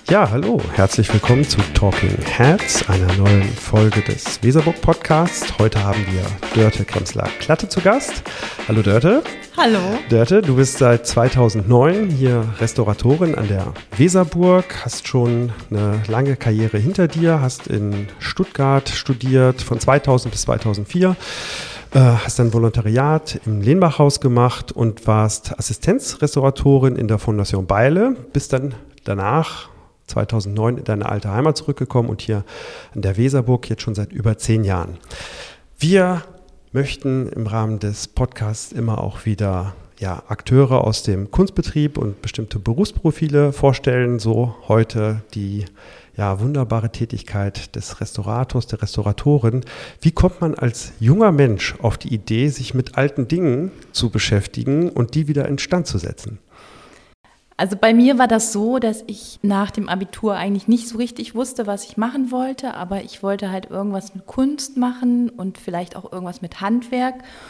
Ja, hallo, herzlich willkommen zu Talking Heads, einer neuen Folge des Weserburg Podcasts. Heute haben wir Dörte Kremsler-Klatte zu Gast. Hallo Dörte. Hallo. Dörte, du bist seit 2009 hier Restauratorin an der Weserburg, hast schon eine lange Karriere hinter dir, hast in Stuttgart studiert von 2000 bis 2004. Hast dann Volontariat im Lehnbachhaus gemacht und warst Assistenzrestauratorin in der Fondation Beile, bist dann danach 2009 in deine alte Heimat zurückgekommen und hier an der Weserburg jetzt schon seit über 10 Jahren. Wir möchten im Rahmen des Podcasts immer auch wieder Akteure aus dem Kunstbetrieb und bestimmte Berufsprofile vorstellen, so heute die wunderbare Tätigkeit des Restaurators, der Restauratorin. Wie kommt man als junger Mensch auf die Idee, sich mit alten Dingen zu beschäftigen und die wieder instand zu setzen? Also bei mir war das so, dass ich nach dem Abitur eigentlich nicht so richtig wusste, was ich machen wollte, aber ich wollte halt irgendwas mit Kunst machen und vielleicht auch irgendwas mit Handwerk.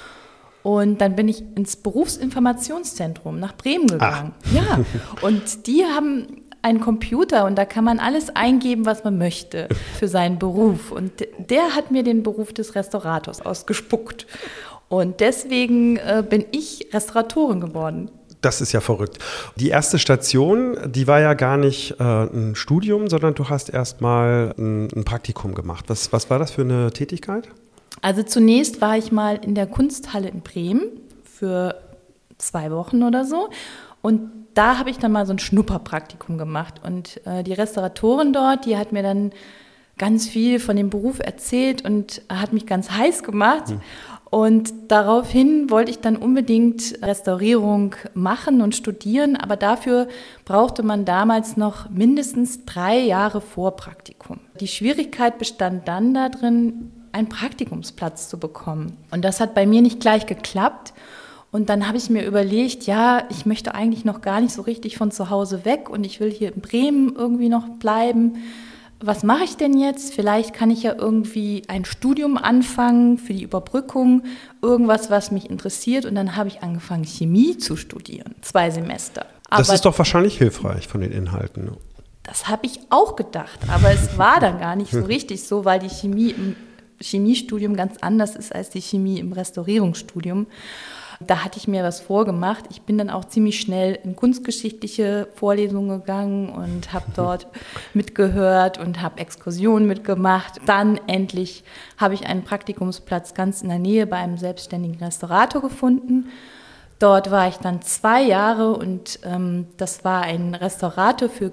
Und dann bin ich ins Berufsinformationszentrum nach Bremen gegangen. Ja, und die haben einen Computer und da kann man alles eingeben, was man möchte für seinen Beruf. Und der hat mir den Beruf des Restaurators ausgespuckt. Und deswegen bin ich Restauratorin geworden. Das ist ja verrückt. Die erste Station, die war ja gar nicht ein Studium, sondern du hast erst mal ein Praktikum gemacht. Was war das für eine Tätigkeit? Also zunächst war ich mal in der Kunsthalle in Bremen für 2 Wochen oder so. Und da habe ich dann mal so ein Schnupperpraktikum gemacht. Und die Restauratorin dort, die hat mir dann ganz viel von dem Beruf erzählt und hat mich ganz heiß gemacht. Und daraufhin wollte ich dann unbedingt Restaurierung machen und studieren, aber dafür brauchte man damals noch mindestens 3 Jahre Vorpraktikum. Die Schwierigkeit bestand dann darin, einen Praktikumsplatz zu bekommen. Und das hat bei mir nicht gleich geklappt. Und dann habe ich mir überlegt, ich möchte eigentlich noch gar nicht so richtig von zu Hause weg und ich will hier in Bremen irgendwie noch bleiben. Was mache ich denn jetzt? Vielleicht kann ich ja irgendwie ein Studium anfangen für die Überbrückung, irgendwas, was mich interessiert. Und dann habe ich angefangen, Chemie zu studieren, 2 Semester. Das ist doch wahrscheinlich hilfreich von den Inhalten. Das habe ich auch gedacht, aber es war dann gar nicht so richtig so, weil die Chemie im Chemiestudium ganz anders ist als die Chemie im Restaurierungsstudium. Da hatte ich mir was vorgemacht. Ich bin dann auch ziemlich schnell in kunstgeschichtliche Vorlesungen gegangen und habe dort mitgehört und habe Exkursionen mitgemacht. Dann endlich habe ich einen Praktikumsplatz ganz in der Nähe bei einem selbstständigen Restaurator gefunden. Dort war ich dann 2 Jahre und das war ein Restaurator für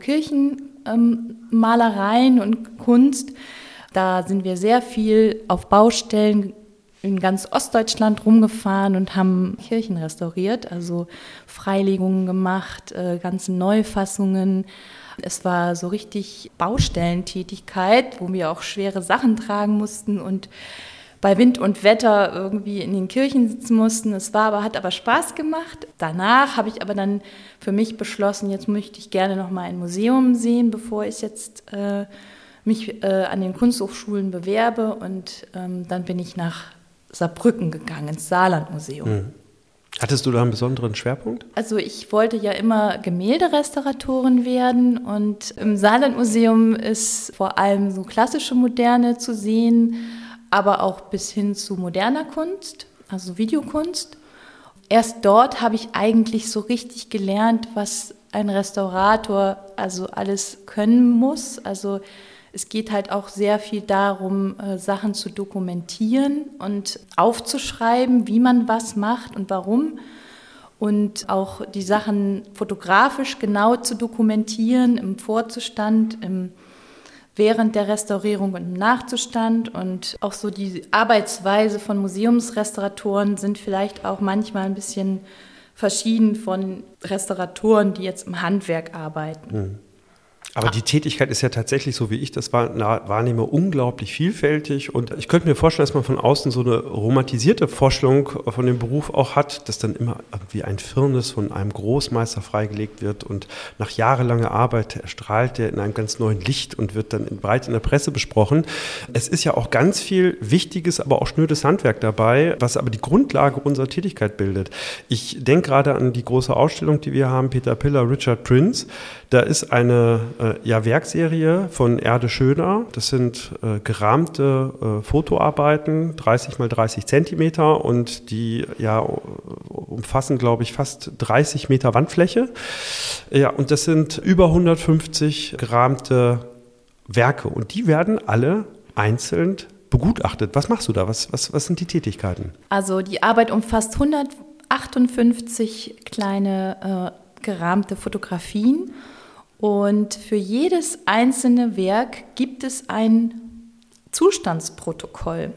Kirchenmalereien und Kunst. Da sind wir sehr viel auf Baustellen in ganz Ostdeutschland rumgefahren und haben Kirchen restauriert, also Freilegungen gemacht, ganze Neufassungen. Es war so richtig Baustellentätigkeit, wo wir auch schwere Sachen tragen mussten und bei Wind und Wetter irgendwie in den Kirchen sitzen mussten. Hat aber Spaß gemacht. Danach habe ich aber dann für mich beschlossen, jetzt möchte ich gerne noch mal ein Museum sehen, bevor ich jetzt mich an den Kunsthochschulen bewerbe. Und dann bin ich nach Saarbrücken gegangen, ins Saarlandmuseum. Hattest du da einen besonderen Schwerpunkt? Also ich wollte ja immer Gemälderestauratorin werden und im Saarlandmuseum ist vor allem so klassische Moderne zu sehen, aber auch bis hin zu moderner Kunst, also Videokunst. Erst dort habe ich eigentlich so richtig gelernt, was ein Restaurator also alles können muss. Also es geht halt auch sehr viel darum, Sachen zu dokumentieren und aufzuschreiben, wie man was macht und warum. Und auch die Sachen fotografisch genau zu dokumentieren, im Vorzustand, während der Restaurierung und im Nachzustand. Und auch so die Arbeitsweise von Museumsrestauratoren sind vielleicht auch manchmal ein bisschen verschieden von Restauratoren, die jetzt im Handwerk arbeiten. Aber die Tätigkeit ist ja tatsächlich, so wie ich das wahrnehme, unglaublich vielfältig. Und ich könnte mir vorstellen, dass man von außen so eine romantisierte Vorstellung von dem Beruf auch hat, dass dann immer irgendwie ein Firnis von einem Großmeister freigelegt wird und nach jahrelanger Arbeit erstrahlt der in einem ganz neuen Licht und wird dann breit in der Presse besprochen. Es ist ja auch ganz viel wichtiges, aber auch schnödes Handwerk dabei, was aber die Grundlage unserer Tätigkeit bildet. Ich denke gerade an die große Ausstellung, die wir haben, Peter Piller, Richard Prince. Da ist eine Werkserie von Erde Schöner. Das sind gerahmte Fotoarbeiten, 30 mal 30 Zentimeter und die umfassen, glaube ich, fast 30 Meter Wandfläche. Ja, und das sind über 150 gerahmte Werke und die werden alle einzeln begutachtet. Was machst du da? Was sind die Tätigkeiten? Also die Arbeit umfasst 158 kleine gerahmte Fotografien und für jedes einzelne Werk gibt es ein Zustandsprotokoll,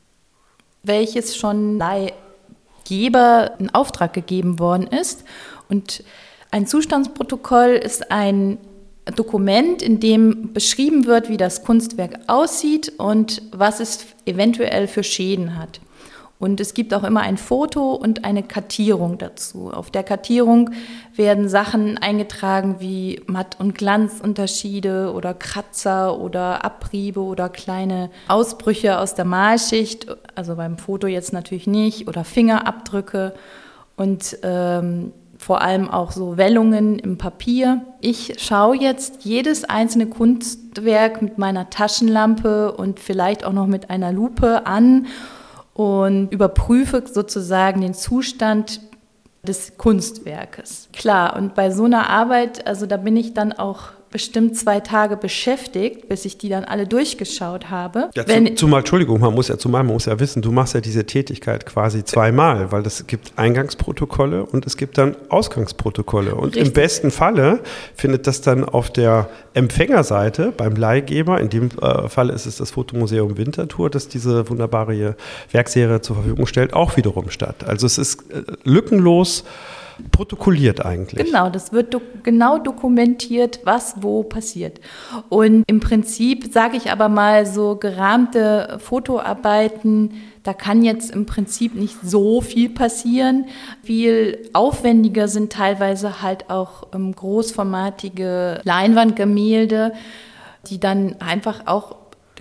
welches schon Leihgeber in Auftrag gegeben worden ist. Und ein Zustandsprotokoll ist ein Dokument, in dem beschrieben wird, wie das Kunstwerk aussieht und was es eventuell für Schäden hat. Und es gibt auch immer ein Foto und eine Kartierung dazu. Auf der Kartierung werden Sachen eingetragen wie Matt- und Glanzunterschiede oder Kratzer oder Abriebe oder kleine Ausbrüche aus der Malschicht, also beim Foto jetzt natürlich nicht, oder Fingerabdrücke und vor allem auch so Wellungen im Papier. Ich schaue jetzt jedes einzelne Kunstwerk mit meiner Taschenlampe und vielleicht auch noch mit einer Lupe an und überprüfe sozusagen den Zustand des Kunstwerkes. Klar, und bei so einer Arbeit, also da bin ich dann auch bestimmt 2 Tage beschäftigt, bis ich die dann alle durchgeschaut habe. Ja, zumal man muss ja wissen, du machst ja diese Tätigkeit quasi zweimal, weil es gibt Eingangsprotokolle und es gibt dann Ausgangsprotokolle. Und richtig. Im besten Falle findet das dann auf der Empfängerseite beim Leihgeber, in dem Fall ist es das Fotomuseum Winterthur, das diese wunderbare Werkserie zur Verfügung stellt, auch wiederum statt. Also es ist lückenlos protokolliert eigentlich. Genau, das wird genau dokumentiert, was wo passiert. Und im Prinzip, sage ich aber mal, so gerahmte Fotoarbeiten, da kann jetzt im Prinzip nicht so viel passieren. Viel aufwendiger sind teilweise halt auch großformatige Leinwandgemälde, die dann einfach auch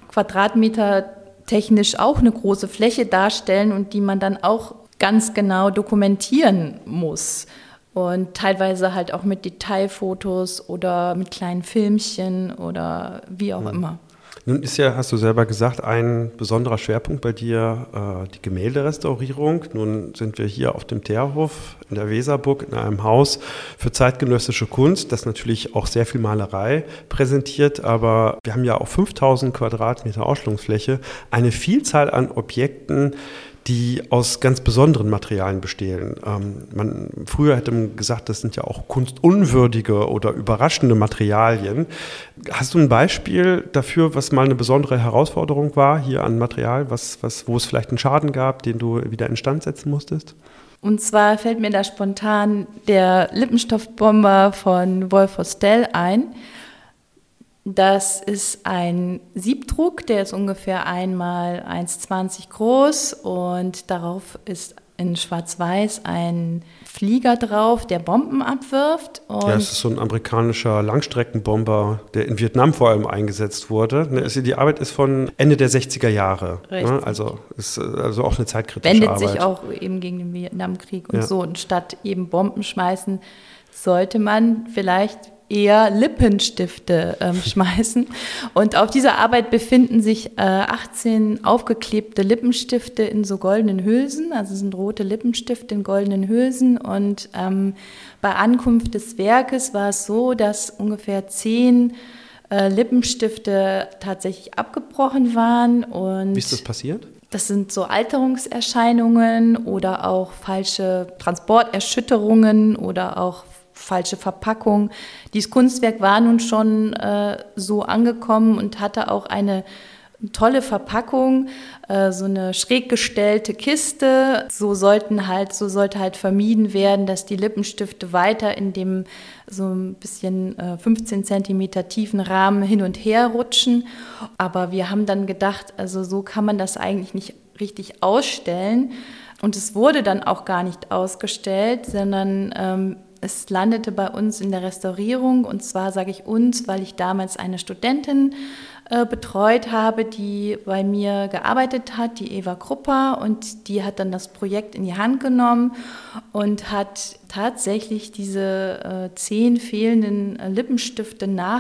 quadratmetertechnisch auch eine große Fläche darstellen und die man dann auch ganz genau dokumentieren muss und teilweise halt auch mit Detailfotos oder mit kleinen Filmchen oder wie auch immer. Nun ist ja, hast du selber gesagt, ein besonderer Schwerpunkt bei dir die Gemälderestaurierung. Nun sind wir hier auf dem Teerhof in der Weserburg in einem Haus für zeitgenössische Kunst, das natürlich auch sehr viel Malerei präsentiert, aber wir haben ja auf 5000 Quadratmeter Ausstellungsfläche eine Vielzahl an Objekten, die aus ganz besonderen Materialien bestehen. Früher hätte man gesagt, das sind ja auch kunstunwürdige oder überraschende Materialien. Hast du ein Beispiel dafür, was mal eine besondere Herausforderung war hier an Material, wo es vielleicht einen Schaden gab, den du wieder instand setzen musstest? Und zwar fällt mir da spontan der Lippenstoffbomber von Wolf Hostel ein. Das ist ein Siebdruck, der ist ungefähr 1 mal 1,20 groß und darauf ist in Schwarz-Weiß ein Flieger drauf, der Bomben abwirft. Und ja, es ist so ein amerikanischer Langstreckenbomber, der in Vietnam vor allem eingesetzt wurde. Die Arbeit ist von Ende der 60er Jahre. Ne? Also ist also auch eine zeitkritische wendet Arbeit. Wendet sich auch eben gegen den Vietnamkrieg und so. Und statt eben Bomben schmeißen, sollte man vielleicht eher Lippenstifte schmeißen. Und auf dieser Arbeit befinden sich 18 aufgeklebte Lippenstifte in so goldenen Hülsen. Also es sind rote Lippenstifte in goldenen Hülsen. Und bei Ankunft des Werkes war es so, dass ungefähr 10 Lippenstifte tatsächlich abgebrochen waren. Und wie ist das passiert? Das sind so Alterungserscheinungen oder auch falsche Transporterschütterungen oder auch falsche Verpackung. Dieses Kunstwerk war nun schon so angekommen und hatte auch eine tolle Verpackung, so eine schräg gestellte Kiste. So sollte halt vermieden werden, dass die Lippenstifte weiter in dem so ein bisschen 15 Zentimeter tiefen Rahmen hin und her rutschen. Aber wir haben dann gedacht, also so kann man das eigentlich nicht richtig ausstellen. Und es wurde dann auch gar nicht ausgestellt, sondern es landete bei uns in der Restaurierung, und zwar sage ich uns, weil ich damals eine Studentin betreut habe, die bei mir gearbeitet hat, die Eva Krupper, und die hat dann das Projekt in die Hand genommen und hat tatsächlich diese 10 fehlenden Lippenstifte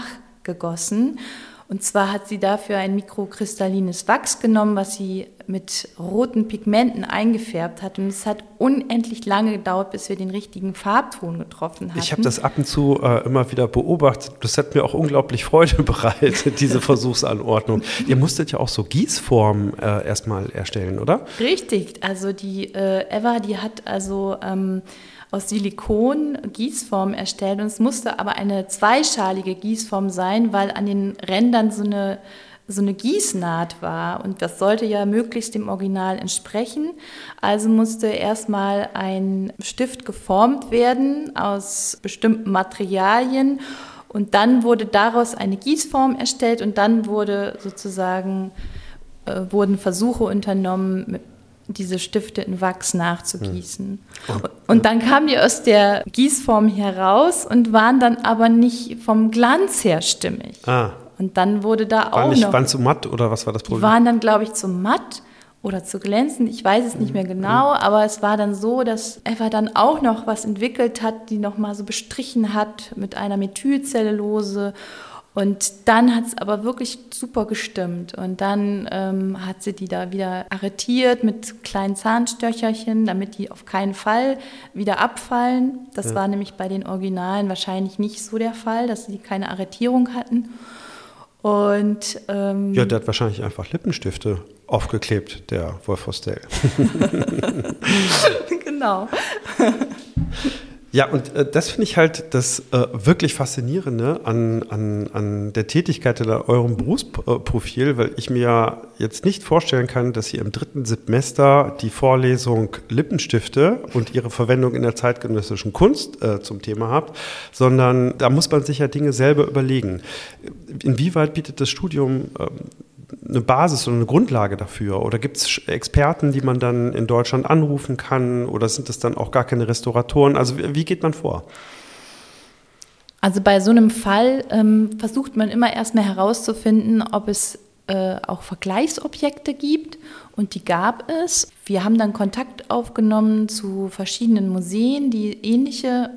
gegossen. Und zwar hat sie dafür ein mikrokristallines Wachs genommen, was sie mit roten Pigmenten eingefärbt hat. Und es hat unendlich lange gedauert, bis wir den richtigen Farbton getroffen hatten. Ich habe das ab und zu immer wieder beobachtet. Das hat mir auch unglaublich Freude bereitet, diese Versuchsanordnung. Ihr musstet ja auch so Gießformen erstmal erstellen, oder? Richtig. Also die Eva, die hat also aus Silikon Gießform erstellt und es musste aber eine zweischalige Gießform sein, weil an den Rändern so eine Gießnaht war und das sollte ja möglichst dem Original entsprechen. Also musste erstmal ein Stift geformt werden aus bestimmten Materialien und dann wurde daraus eine Gießform erstellt und dann wurden Versuche unternommen, diese Stifte in Wachs nachzugießen. Und dann kamen die aus der Gießform heraus und waren dann aber nicht vom Glanz her stimmig. Und dann wurde da Waren zu matt oder was war das Problem? Die waren dann, glaube ich, zu matt oder zu glänzend. Ich weiß es nicht mehr genau, aber es war dann so, dass Eva dann auch noch was entwickelt hat, die noch mal so bestrichen hat mit einer Methylcellulose. Und dann hat es aber wirklich super gestimmt. Und dann hat sie die da wieder arretiert mit kleinen Zahnstöcherchen, damit die auf keinen Fall wieder abfallen. Das war nämlich bei den Originalen wahrscheinlich nicht so der Fall, dass sie keine Arretierung hatten. Und der hat wahrscheinlich einfach Lippenstifte aufgeklebt, der Wolf Hostel. Genau. Ja, und das finde ich halt das wirklich Faszinierende an der Tätigkeit in eurem Berufsprofil, weil ich mir jetzt nicht vorstellen kann, dass ihr im 3. Semester die Vorlesung Lippenstifte und ihre Verwendung in der zeitgenössischen Kunst zum Thema habt, sondern da muss man sich ja Dinge selber überlegen. Inwieweit bietet das Studium eine Basis oder eine Grundlage dafür? Oder gibt es Experten, die man dann in Deutschland anrufen kann? Oder sind es dann auch gar keine Restauratoren? Also wie geht man vor? Also bei so einem Fall versucht man immer erstmal herauszufinden, ob es auch Vergleichsobjekte gibt. Und die gab es. Wir haben dann Kontakt aufgenommen zu verschiedenen Museen, die ähnliche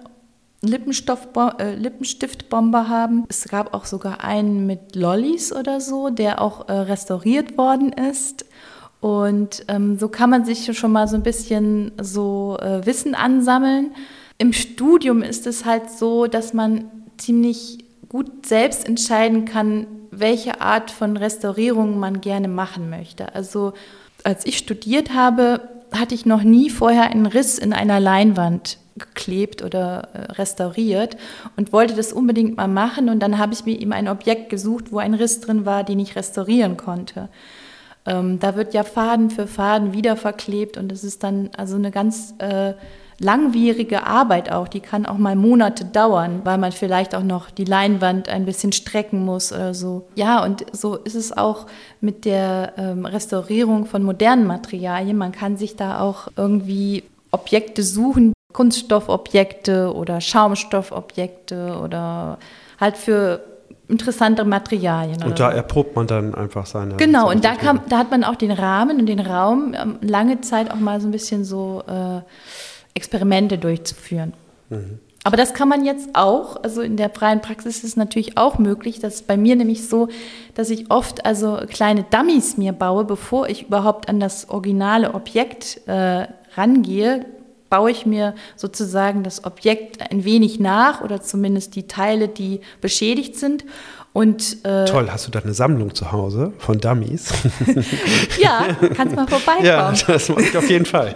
Lippenstiftbomber haben. Es gab auch sogar einen mit Lollis oder so, der auch restauriert worden ist. Und so kann man sich schon mal so ein bisschen so Wissen ansammeln. Im Studium ist es halt so, dass man ziemlich gut selbst entscheiden kann, welche Art von Restaurierung man gerne machen möchte. Also als ich studiert habe, hatte ich noch nie vorher einen Riss in einer Leinwand geklebt oder restauriert und wollte das unbedingt mal machen. Und dann habe ich mir eben ein Objekt gesucht, wo ein Riss drin war, den ich restaurieren konnte. Da wird ja Faden für Faden wieder verklebt und das ist dann also eine ganz langwierige Arbeit auch. Die kann auch mal Monate dauern, weil man vielleicht auch noch die Leinwand ein bisschen strecken muss oder so. Ja, und so ist es auch mit der Restaurierung von modernen Materialien. Man kann sich da auch irgendwie Objekte suchen, Kunststoffobjekte oder Schaumstoffobjekte oder halt für interessante Materialien. Und da erprobt man dann einfach seine... Genau, und da hat man auch den Rahmen und den Raum, lange Zeit auch mal so ein bisschen so Experimente durchzuführen. Mhm. Aber das kann man jetzt auch, also in der freien Praxis ist es natürlich auch möglich. Das ist bei mir nämlich so, dass ich oft also kleine Dummies mir baue, bevor ich überhaupt an das originale Objekt rangehe, baue ich mir sozusagen das Objekt ein wenig nach oder zumindest die Teile, die beschädigt sind. Und, toll, hast du da eine Sammlung zu Hause von Dummies? Ja, kannst mal vorbeikommen. Ja, das mache ich auf jeden Fall.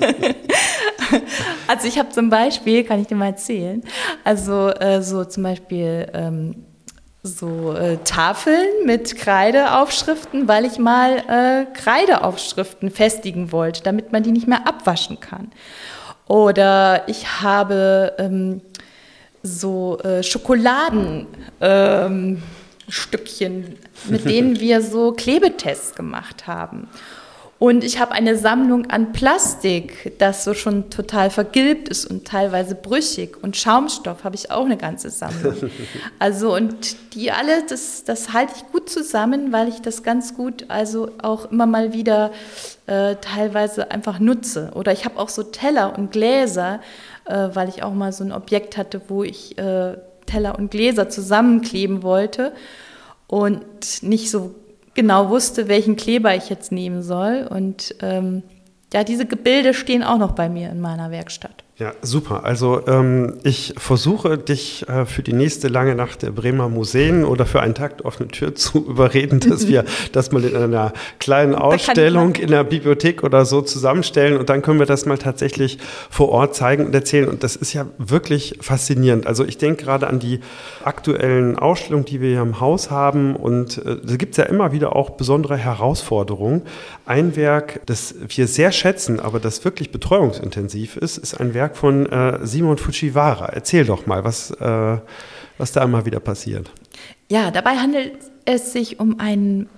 Also ich habe zum Beispiel, kann ich dir mal erzählen, also so zum Beispiel Tafeln mit Kreideaufschriften, weil ich mal Kreideaufschriften festigen wollte, damit man die nicht mehr abwaschen kann. Oder ich habe Schokoladenstückchen, mit denen wir so Klebetests gemacht haben. Und ich habe eine Sammlung an Plastik, das so schon total vergilbt ist und teilweise brüchig. Und Schaumstoff habe ich auch eine ganze Sammlung. Also und die alle, das halte ich gut zusammen, weil ich das ganz gut also auch immer mal wieder teilweise einfach nutze. Oder ich habe auch so Teller und Gläser, weil ich auch mal so ein Objekt hatte, wo ich Teller und Gläser zusammenkleben wollte und nicht so genau wusste, welchen Kleber ich jetzt nehmen soll. Und diese Gebilde stehen auch noch bei mir in meiner Werkstatt. Ja, super. Also ich versuche, dich für die nächste lange Nacht der Bremer Museen oder für einen Tag offene Tür zu überreden, dass wir das mal in einer kleinen Ausstellung in der Bibliothek oder so zusammenstellen und dann können wir das mal tatsächlich vor Ort zeigen und erzählen. Und das ist ja wirklich faszinierend. Also ich denke gerade an die aktuellen Ausstellungen, die wir hier im Haus haben und da gibt es ja immer wieder auch besondere Herausforderungen. Ein Werk, das wir sehr schätzen, aber das wirklich betreuungsintensiv ist ein Werk von Simon Fujiwara. Erzähl doch mal, was da immer wieder passiert. Ja, dabei handelt es sich um einen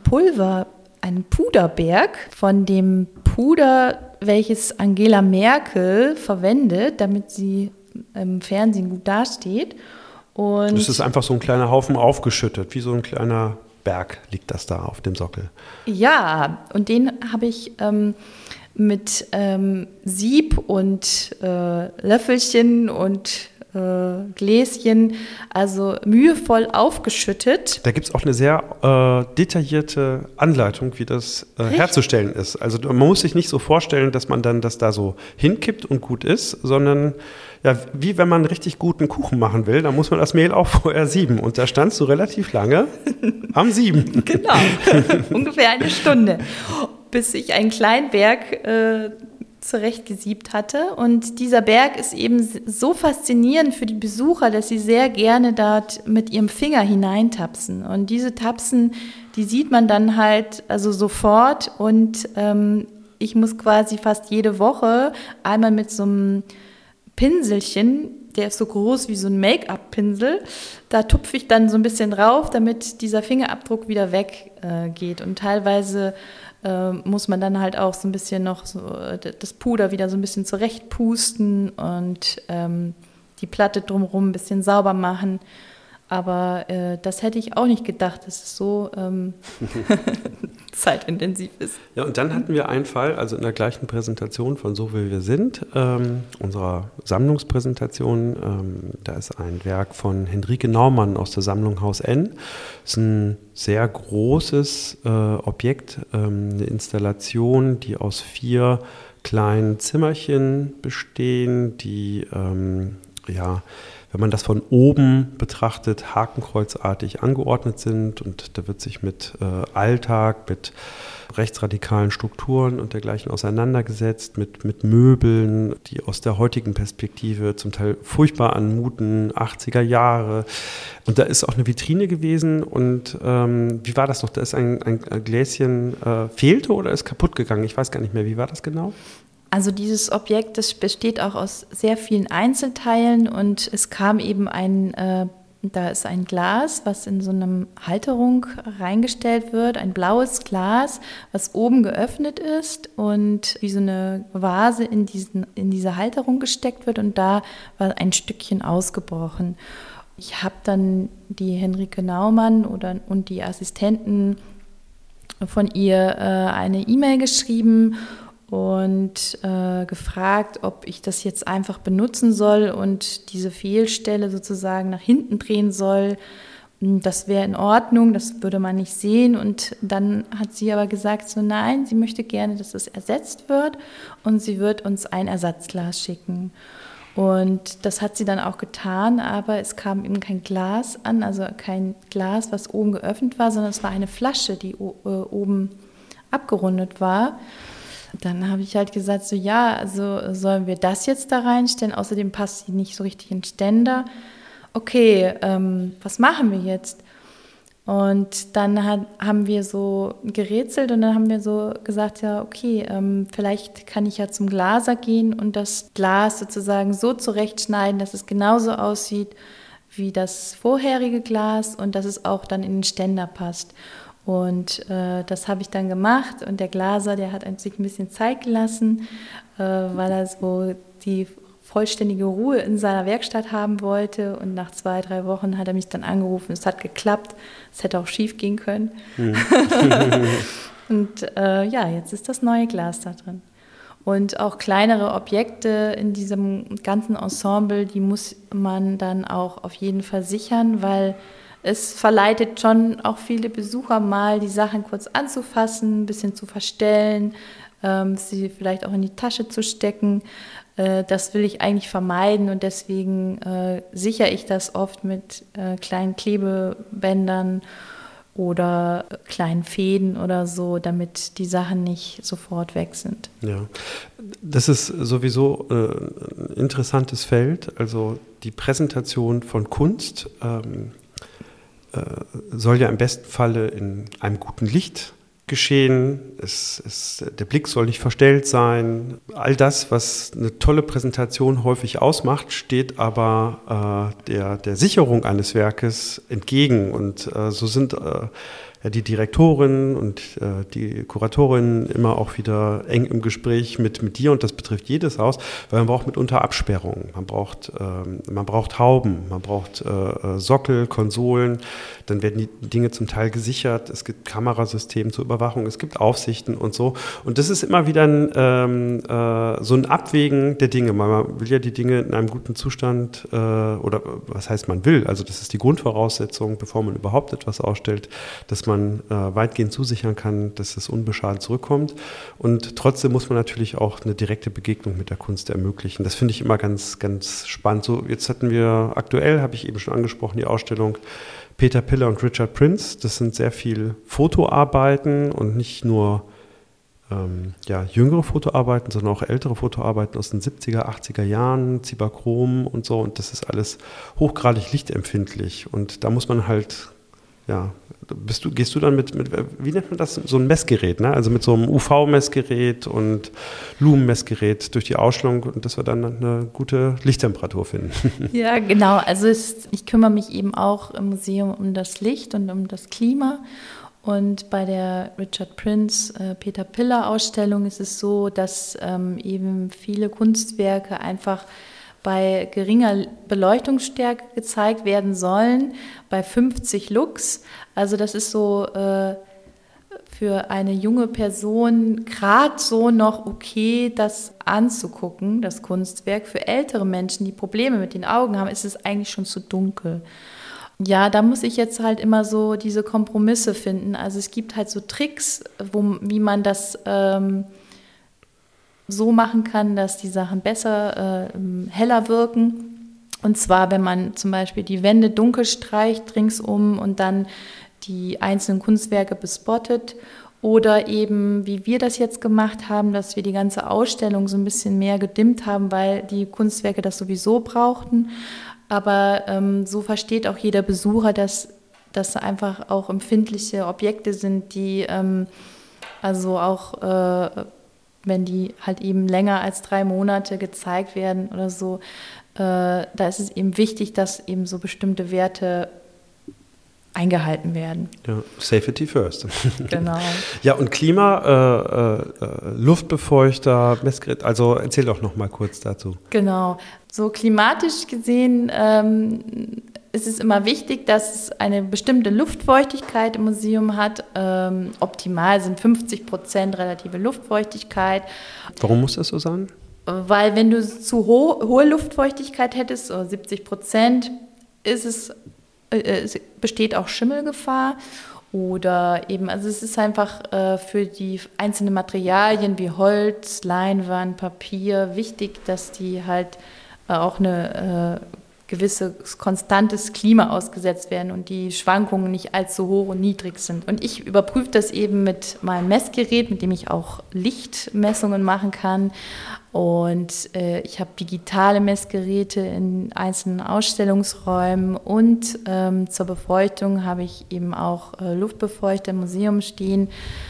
Puderberg von dem Puder, welches Angela Merkel verwendet, damit sie im Fernsehen gut dasteht. Und das ist einfach so ein kleiner Haufen aufgeschüttet, wie so ein kleiner Berg liegt das da auf dem Sockel. Ja, und den habe ich mit Sieb und Löffelchen und Gläschen, also mühevoll aufgeschüttet. Da gibt es auch eine sehr detaillierte Anleitung, wie das herzustellen ist. Also man muss sich nicht so vorstellen, dass man dann das da so hinkippt und gut ist, sondern ja, wie wenn man einen richtig guten Kuchen machen will, dann muss man das Mehl auch vorher sieben. Und da standst du relativ lange am Sieben. Genau, ungefähr eine Stunde, bis ich einen kleinen Berg zurechtgesiebt hatte. Und dieser Berg ist eben so faszinierend für die Besucher, dass sie sehr gerne dort mit ihrem Finger hineintapsen. Und diese Tapsen, die sieht man dann halt also sofort. Und ich muss quasi fast jede Woche einmal mit so einem Pinselchen, der ist so groß wie so ein Make-up-Pinsel, da tupfe ich dann so ein bisschen drauf, damit dieser Fingerabdruck wieder weggeht. Und teilweise muss man dann halt auch so ein bisschen noch so das Puder wieder so ein bisschen zurechtpusten und die Platte drumherum ein bisschen sauber machen. Aber das hätte ich auch nicht gedacht, dass es so zeitintensiv ist. Ja, und dann hatten wir einen Fall, also in der gleichen Präsentation von So wie wir sind, unserer Sammlungspräsentation, da ist ein Werk von Henrike Naumann aus der Sammlung Haus N. Das ist ein sehr großes Objekt, eine Installation, die aus 4 kleinen Zimmerchen bestehen, die wenn man das von oben betrachtet, hakenkreuzartig angeordnet sind und da wird sich mit Alltag, mit rechtsradikalen Strukturen und dergleichen auseinandergesetzt, mit Möbeln, die aus der heutigen Perspektive zum Teil furchtbar anmuten, 80er Jahre. Und da ist auch eine Vitrine gewesen und wie war das noch? Da ist ein Gläschen fehlte oder ist kaputt gegangen? Ich weiß gar nicht mehr, wie war das genau? Also dieses Objekt, das besteht auch aus sehr vielen Einzelteilen und es kam eben da ist ein Glas, was in so eine Halterung reingestellt wird, ein blaues Glas, was oben geöffnet ist und wie so eine Vase in diese Halterung gesteckt wird und da war ein Stückchen ausgebrochen. Ich habe dann die Henrike Naumann und die Assistenten von ihr eine E-Mail geschrieben und gefragt, ob ich das jetzt einfach benutzen soll und diese Fehlstelle sozusagen nach hinten drehen soll. Das wäre in Ordnung, das würde man nicht sehen. Und dann hat sie aber gesagt, so nein, sie möchte gerne, dass das ersetzt wird und sie wird uns ein Ersatzglas schicken. Und das hat sie dann auch getan, aber es kam eben kein Glas an, also kein Glas, was oben geöffnet war, sondern es war eine Flasche, die oben abgerundet war. Dann habe ich halt gesagt, so ja, also sollen wir das jetzt da reinstellen? Außerdem passt sie nicht so richtig in den Ständer. Okay, was machen wir jetzt? Und dann haben wir so gerätselt und dann haben wir so gesagt, ja okay, vielleicht kann ich ja zum Glaser gehen und das Glas sozusagen so zurechtschneiden, dass es genauso aussieht wie das vorherige Glas und dass es auch dann in den Ständer passt. Und das habe ich dann gemacht und der Glaser, der hat sich ein bisschen Zeit gelassen, weil er so die vollständige Ruhe in seiner Werkstatt haben wollte und nach 2-3 Wochen hat er mich dann angerufen, es hat geklappt, es hätte auch schief gehen können. Und jetzt ist das neue Glas da drin. Und auch kleinere Objekte in diesem ganzen Ensemble, die muss man dann auch auf jeden Fall sichern, weil es verleitet schon auch viele Besucher mal, die Sachen kurz anzufassen, ein bisschen zu verstellen, sie vielleicht auch in die Tasche zu stecken. Das will ich eigentlich vermeiden und deswegen sichere ich das oft mit kleinen Klebebändern oder kleinen Fäden oder so, damit die Sachen nicht sofort weg sind. Ja, das ist sowieso ein interessantes Feld. Also die Präsentation von Kunst soll ja im besten Falle in einem guten Licht geschehen. Der Blick soll nicht verstellt sein. All das, was eine tolle Präsentation häufig ausmacht, steht aber der Sicherung eines Werkes entgegen. Und so sind die Direktorin und die Kuratorin immer auch wieder eng im Gespräch mit dir, und das betrifft jedes Haus, weil man braucht mitunter Absperrungen, man braucht Hauben, man braucht Sockel, Konsolen, dann werden die Dinge zum Teil gesichert, es gibt Kamerasysteme zur Überwachung, es gibt Aufsichten und so, und das ist immer wieder so ein Abwägen der Dinge. Man will ja die Dinge in einem guten Zustand, oder was heißt man will, also das ist die Grundvoraussetzung, bevor man überhaupt etwas ausstellt, dass man weitgehend zusichern kann, dass es unbeschadet zurückkommt. Und trotzdem muss man natürlich auch eine direkte Begegnung mit der Kunst ermöglichen. Das finde ich immer ganz, ganz spannend. So, jetzt hatten wir aktuell, habe ich eben schon angesprochen, die Ausstellung Peter Piller und Richard Prince. Das sind sehr viel Fotoarbeiten und nicht nur jüngere Fotoarbeiten, sondern auch ältere Fotoarbeiten aus den 70er, 80er Jahren, Cibachrom und so. Und das ist alles hochgradig lichtempfindlich. Und da muss man halt, gehst du dann mit, wie nennt man das, so ein Messgerät, ne? Also mit so einem UV-Messgerät und Lumen-Messgerät durch die Ausstellung, und dass wir dann eine gute Lichttemperatur finden. Ja, genau. Also ich kümmere mich eben auch im Museum um das Licht und um das Klima. Und bei der Richard Prince, Peter Piller Ausstellung ist es so, dass eben viele Kunstwerke einfach bei geringer Beleuchtungsstärke gezeigt werden sollen, bei 50 Lux. Also das ist so für eine junge Person gerade so noch okay, das anzugucken, das Kunstwerk. Für ältere Menschen, die Probleme mit den Augen haben, ist es eigentlich schon zu dunkel. Ja, da muss ich jetzt halt immer so diese Kompromisse finden. Also es gibt halt so Tricks, wie man das so machen kann, dass die Sachen besser, heller wirken. Und zwar, wenn man zum Beispiel die Wände dunkel streicht ringsum und dann die einzelnen Kunstwerke bespottet. Oder eben, wie wir das jetzt gemacht haben, dass wir die ganze Ausstellung so ein bisschen mehr gedimmt haben, weil die Kunstwerke das sowieso brauchten. Aber so versteht auch jeder Besucher, dass das einfach auch empfindliche Objekte sind, die also auch wenn die halt eben länger als 3 Monate gezeigt werden oder so, da ist es eben wichtig, dass eben so bestimmte Werte eingehalten werden. Ja, Safety first. Genau. Ja, und Klima, Luftbefeuchter, Messgerät, also erzähl doch noch mal kurz dazu. Genau. So klimatisch gesehen ist es immer wichtig, dass es eine bestimmte Luftfeuchtigkeit im Museum hat. Optimal sind 50% relative Luftfeuchtigkeit. Warum muss das so sein? Weil wenn du zu hohe Luftfeuchtigkeit hättest, so 70%, es besteht auch Schimmelgefahr. Oder eben, also es ist einfach für die einzelnen Materialien wie Holz, Leinwand, Papier wichtig, dass die halt auch eine gewisses konstantes Klima ausgesetzt werden und die Schwankungen nicht allzu hoch und niedrig sind. Und ich überprüfe das eben mit meinem Messgerät, mit dem ich auch Lichtmessungen machen kann. Und ich habe digitale Messgeräte in einzelnen Ausstellungsräumen und zur Befeuchtung habe ich eben auch Luftbefeuchter im Museum stehen,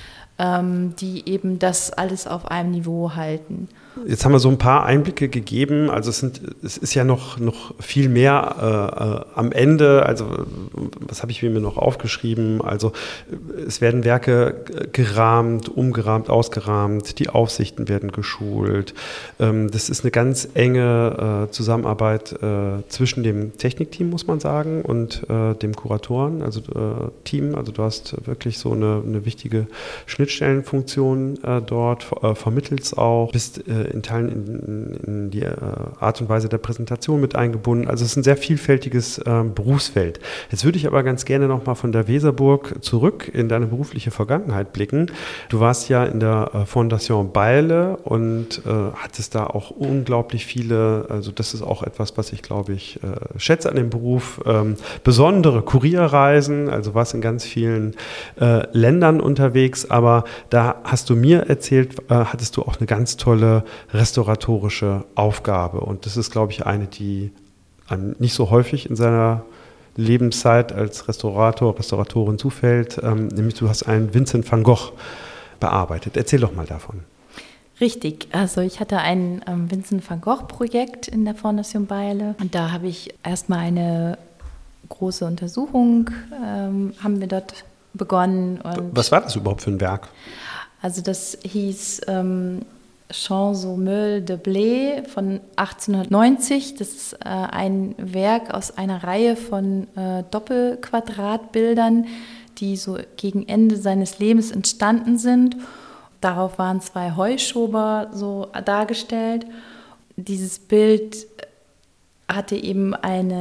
die eben das alles auf einem Niveau halten. Jetzt haben wir so ein paar Einblicke gegeben, also es ist ja noch viel mehr am Ende, also was habe ich mir noch aufgeschrieben, also es werden Werke gerahmt, umgerahmt, ausgerahmt, die Aufsichten werden geschult, das ist eine ganz enge Zusammenarbeit zwischen dem Technikteam, muss man sagen, und dem Kuratoren, also Team, also du hast wirklich so eine wichtige Schnittstelle Schnittstellenfunktion dort, vermittelst auch, bist in Teilen in die Art und Weise der Präsentation mit eingebunden. Also es ist ein sehr vielfältiges Berufsfeld. Jetzt würde ich aber ganz gerne nochmal von der Weserburg zurück in deine berufliche Vergangenheit blicken. Du warst ja in der Fondation Beile und hattest da auch unglaublich viele, also das ist auch etwas, was ich glaube ich schätze an dem Beruf, besondere Kurierreisen, also warst in ganz vielen Ländern unterwegs, aber da hast du mir erzählt, hattest du auch eine ganz tolle restauratorische Aufgabe und das ist glaube ich eine, die einem nicht so häufig in seiner Lebenszeit als Restauratorin zufällt, nämlich du hast einen Vincent van Gogh bearbeitet. Erzähl doch mal davon. Richtig, also ich hatte ein Vincent van Gogh-Projekt in der Fondation Beile und da habe ich erstmal eine große Untersuchung, haben wir dort begonnen. Und was war das überhaupt für ein Werk? Also das hieß Champs aux Meules de Blé von 1890. Das ist ein Werk aus einer Reihe von Doppelquadratbildern, die so gegen Ende seines Lebens entstanden sind. Darauf waren 2 Heuschober so dargestellt. Dieses Bild hatte eben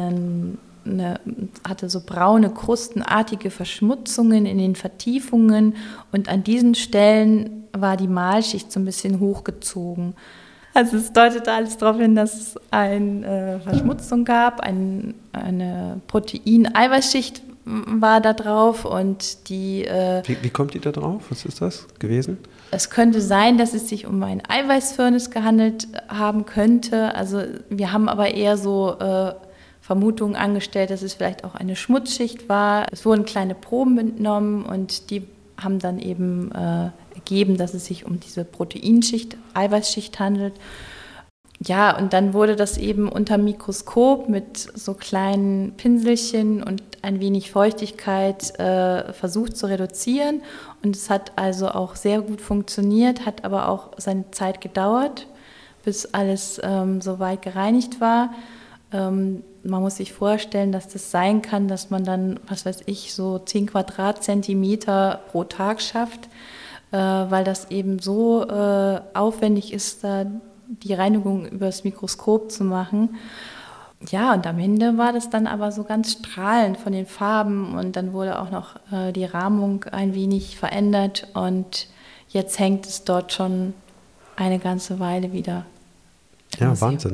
hatte so braune, krustenartige Verschmutzungen in den Vertiefungen und an diesen Stellen war die Malschicht so ein bisschen hochgezogen. Also es deutete alles darauf hin, dass es eine Verschmutzung gab, eine Protein-Eiweißschicht war da drauf und die... Wie kommt die da drauf? Was ist das gewesen? Es könnte sein, dass es sich um ein Eiweißfirnis gehandelt haben könnte. Also wir haben aber eher so Vermutungen angestellt, dass es vielleicht auch eine Schmutzschicht war. Es wurden kleine Proben entnommen und die haben dann eben ergeben, dass es sich um diese Proteinschicht, Eiweißschicht handelt. Ja, und dann wurde das eben unter Mikroskop mit so kleinen Pinselchen und ein wenig Feuchtigkeit versucht zu reduzieren. Und es hat also auch sehr gut funktioniert, hat aber auch seine Zeit gedauert, bis alles soweit gereinigt war. Man muss sich vorstellen, dass das sein kann, dass man dann, was weiß ich, so 10 Quadratzentimeter pro Tag schafft, weil das eben so aufwendig ist, da die Reinigung übers Mikroskop zu machen. Ja, und am Ende war das dann aber so ganz strahlend von den Farben und dann wurde auch noch die Rahmung ein wenig verändert und jetzt hängt es dort schon eine ganze Weile wieder. Ja, Wahnsinn.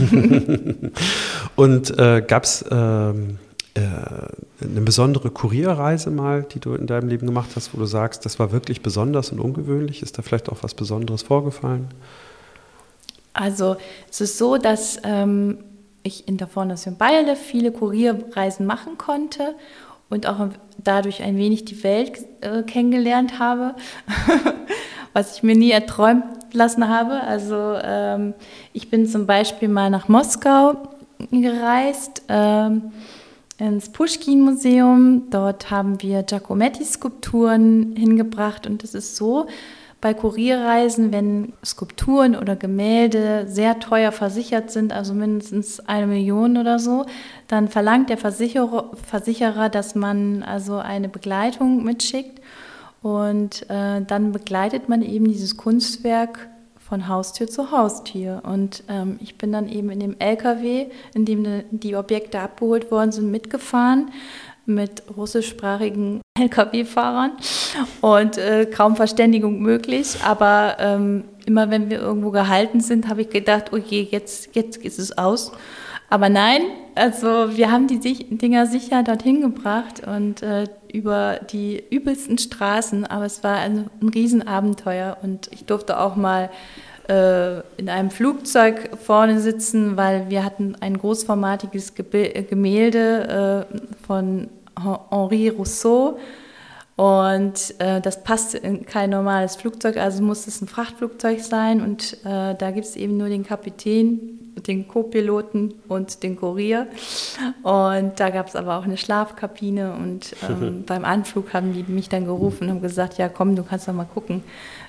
Und gab es eine besondere Kurierreise mal, die du in deinem Leben gemacht hast, wo du sagst, das war wirklich besonders und ungewöhnlich? Ist da vielleicht auch was Besonderes vorgefallen? Also es ist so, dass ich in der Fondation Beile viele Kurierreisen machen konnte und auch dadurch ein wenig die Welt kennengelernt habe, was ich mir nie erträumt lassen habe. Also ich bin zum Beispiel mal nach Moskau gereist, ins Puschkin-Museum. Dort haben wir Giacometti-Skulpturen hingebracht und es ist so, bei Kurierreisen, wenn Skulpturen oder Gemälde sehr teuer versichert sind, also mindestens 1 Million oder so, dann verlangt der Versicherer, dass man also eine Begleitung mitschickt und dann begleitet man eben dieses Kunstwerk von Haustür zu Haustür. Und ich bin dann eben in dem LKW, in dem die Objekte abgeholt worden sind, mitgefahren mit russischsprachigen LKW-Fahrern und kaum Verständigung möglich. Aber immer wenn wir irgendwo gehalten sind, habe ich gedacht, okay, jetzt ist es aus. Aber nein, also wir haben die Dinger sicher dorthin gebracht und über die übelsten Straßen. Aber es war ein Riesenabenteuer und ich durfte auch mal in einem Flugzeug vorne sitzen, weil wir hatten ein großformatiges Gemälde von Henri Rousseau und das passte in kein normales Flugzeug, also musste es ein Frachtflugzeug sein und da gibt es eben nur den Kapitän, den Co-Piloten und den Kurier und da gab es aber auch eine Schlafkabine und beim Anflug haben die mich dann gerufen und haben gesagt, ja komm, du kannst doch mal gucken,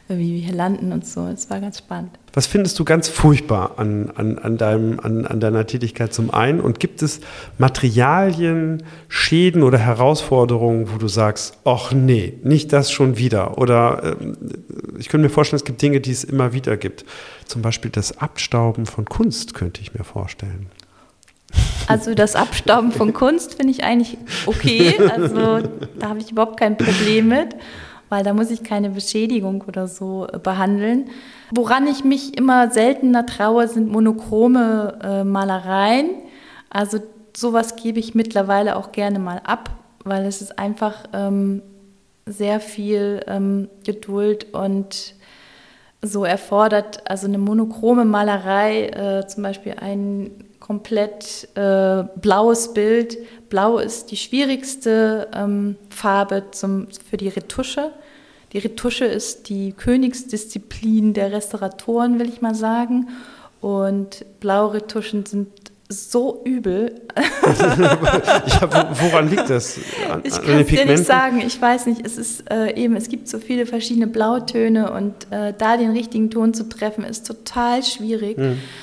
wie wir hier landen und so. Das war ganz spannend. Was findest du ganz furchtbar an deiner Tätigkeit zum einen? Und gibt es Materialien, Schäden oder Herausforderungen, wo du sagst, ach nee, nicht das schon wieder? Oder ich könnte mir vorstellen, es gibt Dinge, die es immer wieder gibt. Zum Beispiel das Abstauben von Kunst, könnte ich mir vorstellen. Also das Abstauben von Kunst finde ich eigentlich okay. Also da habe ich überhaupt kein Problem mit, weil da muss ich keine Beschädigung oder so behandeln. Woran ich mich immer seltener traue, sind monochrome Malereien. Also sowas gebe ich mittlerweile auch gerne mal ab, weil es ist einfach sehr viel Geduld und so erfordert. Also eine monochrome Malerei, zum Beispiel ein komplett blaues Bild. Blau ist die schwierigste Farbe für die Retusche. Die Retusche ist die Königsdisziplin der Restauratoren, will ich mal sagen. Und blaue Retuschen sind so übel. Woran liegt das? Ich kann es dir nicht sagen. Ich weiß nicht. Es ist es gibt so viele verschiedene Blautöne und da den richtigen Ton zu treffen, ist total schwierig.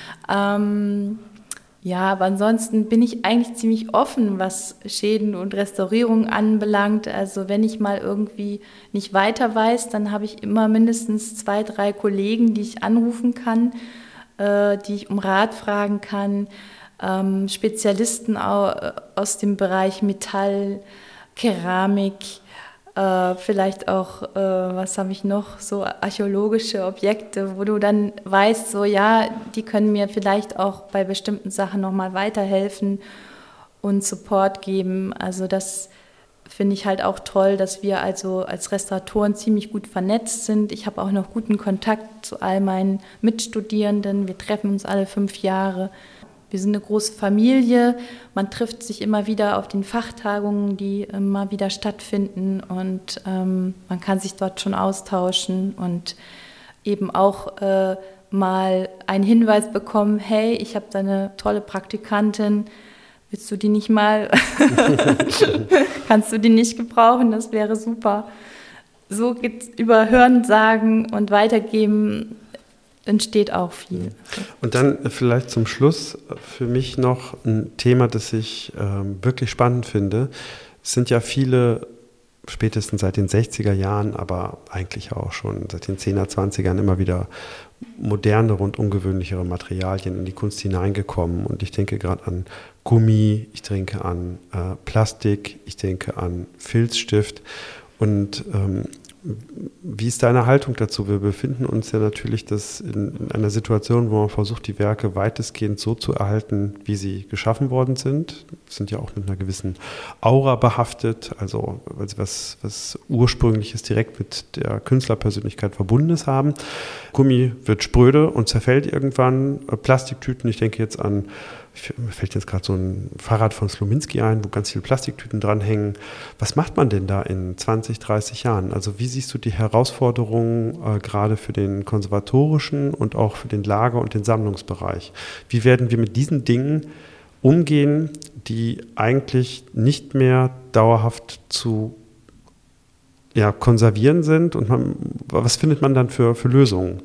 Ja, aber ansonsten bin ich eigentlich ziemlich offen, was Schäden und Restaurierungen anbelangt. Also wenn ich mal irgendwie nicht weiter weiß, dann habe ich immer mindestens 2, 3 Kollegen, die ich anrufen kann, die ich um Rat fragen kann. Spezialisten aus dem Bereich Metall, Keramik, vielleicht auch, was habe ich noch, so archäologische Objekte, wo du dann weißt, so ja, die können mir vielleicht auch bei bestimmten Sachen nochmal weiterhelfen und Support geben. Also das finde ich halt auch toll, dass wir also als Restauratoren ziemlich gut vernetzt sind. Ich habe auch noch guten Kontakt zu all meinen Mitstudierenden. Wir treffen uns alle 5 Jahre. Wir sind eine große Familie, man trifft sich immer wieder auf den Fachtagungen, die immer wieder stattfinden und man kann sich dort schon austauschen und eben auch mal einen Hinweis bekommen, hey, ich habe da eine tolle Praktikantin, willst du die nicht mal, kannst du die nicht gebrauchen, das wäre super. So geht's über Hören, Sagen und Weitergeben, entsteht auch viel. Und dann vielleicht zum Schluss für mich noch ein Thema, das ich wirklich spannend finde. Es sind ja viele, spätestens seit den 60er Jahren, aber eigentlich auch schon seit den 10er, 20ern immer wieder modernere und ungewöhnlichere Materialien in die Kunst hineingekommen. Und ich denke gerade an Gummi, ich denke an Plastik, ich denke an Filzstift. Und wie ist deine Haltung dazu? Wir befinden uns ja natürlich in einer Situation, wo man versucht, die Werke weitestgehend so zu erhalten, wie sie geschaffen worden sind. Sind ja auch mit einer gewissen Aura behaftet, also weil sie was Ursprüngliches direkt mit der Künstlerpersönlichkeit Verbundenes haben. Gummi wird spröde und zerfällt irgendwann. Plastiktüten, ich denke jetzt an, mir fällt jetzt gerade so ein Fahrrad von Slominski ein, wo ganz viele Plastiktüten dranhängen. Was macht man denn da in 20, 30 Jahren? Also wie siehst du die Herausforderungen gerade für den konservatorischen und auch für den Lager- und den Sammlungsbereich? Wie werden wir mit diesen Dingen umgehen, die eigentlich nicht mehr dauerhaft zu konservieren sind? Und was findet man dann für Lösungen?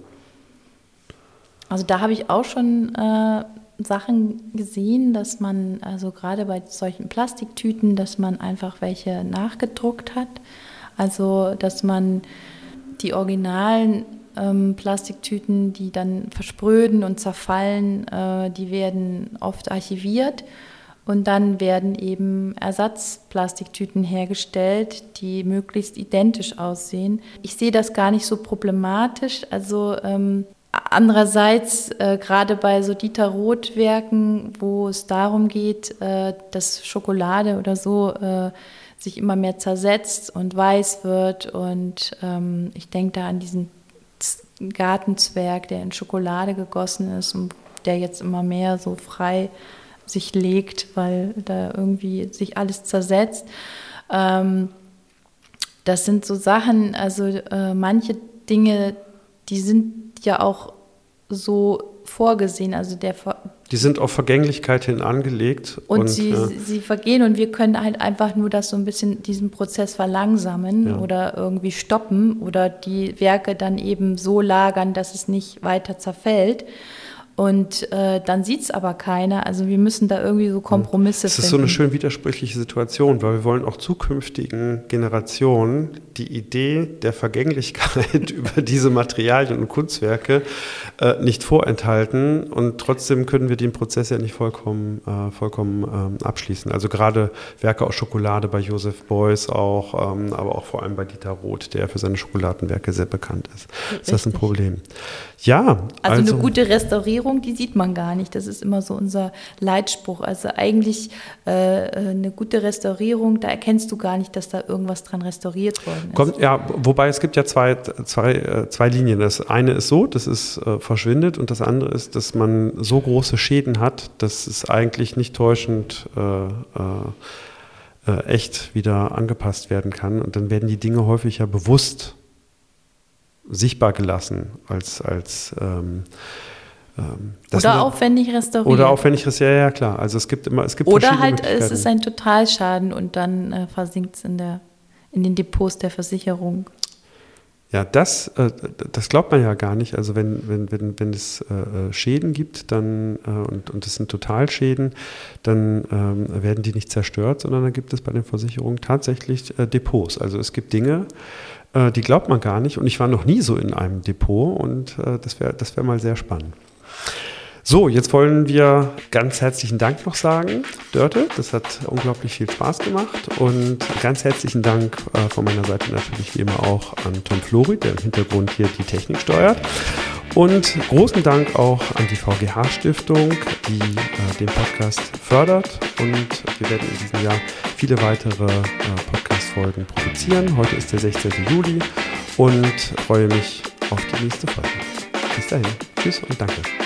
Also da habe ich auch schon Sachen gesehen, dass man, also gerade bei solchen Plastiktüten, dass man einfach welche nachgedruckt hat. Also dass man die originalen Plastiktüten, die dann verspröden und zerfallen, die werden oft archiviert und dann werden eben Ersatzplastiktüten hergestellt, die möglichst identisch aussehen. Ich sehe das gar nicht so problematisch, also andererseits, gerade bei so Dieter Roth-Werken, wo es darum geht, dass Schokolade oder so sich immer mehr zersetzt und weiß wird. Und ich denke da an diesen Gartenzwerg, der in Schokolade gegossen ist und der jetzt immer mehr so frei sich legt, weil da irgendwie sich alles zersetzt. Das sind so Sachen, also manche Dinge, die sind ja auch so vorgesehen, also Die sind auf Vergänglichkeit hin angelegt. Und sie vergehen und wir können halt einfach nur das so ein bisschen, diesen Prozess verlangsamen oder irgendwie stoppen oder die Werke dann eben so lagern, dass es nicht weiter zerfällt. Und dann sieht es aber keiner. Also wir müssen da irgendwie so Kompromisse finden. Das ist so eine schön widersprüchliche Situation, weil wir wollen auch zukünftigen Generationen die Idee der Vergänglichkeit über diese Materialien und Kunstwerke nicht vorenthalten. Und trotzdem können wir den Prozess ja nicht vollkommen abschließen. Also gerade Werke aus Schokolade bei Joseph Beuys auch, aber auch vor allem bei Dieter Roth, der für seine Schokoladenwerke sehr bekannt ist. Ist das ein Problem? Ja. Also eine gute Restaurierung, die sieht man gar nicht. Das ist immer so unser Leitspruch. Also eigentlich eine gute Restaurierung, da erkennst du gar nicht, dass da irgendwas dran restauriert worden ist. Wobei es gibt ja zwei Linien. Das eine ist so, dass es verschwindet und das andere ist, dass man so große Schäden hat, dass es eigentlich nicht täuschend echt wieder angepasst werden kann. Und dann werden die Dinge häufig ja bewusst sichtbar gelassen oder aufwendig restauriert. Oder aufwendig restauriert, ja klar. Also es gibt oder halt es ist ein Totalschaden und dann versinkt es in den Depots der Versicherung. Ja, das glaubt man ja gar nicht. Also wenn es Schäden gibt dann und es sind Totalschäden, dann werden die nicht zerstört, sondern dann gibt es bei den Versicherungen tatsächlich Depots. Also es gibt Dinge, die glaubt man gar nicht. Und ich war noch nie so in einem Depot und das wär mal sehr spannend. So, jetzt wollen wir ganz herzlichen Dank noch sagen, Dörte. Das hat unglaublich viel Spaß gemacht. Und ganz herzlichen Dank von meiner Seite natürlich wie immer auch an Tom Flori, der im Hintergrund hier die Technik steuert. Und großen Dank auch an die VGH-Stiftung, die den Podcast fördert. Und wir werden in diesem Jahr viele weitere Podcast-Folgen produzieren. Heute ist der 16. Juli und freue mich auf die nächste Folge. Bis dahin. Tschüss und danke.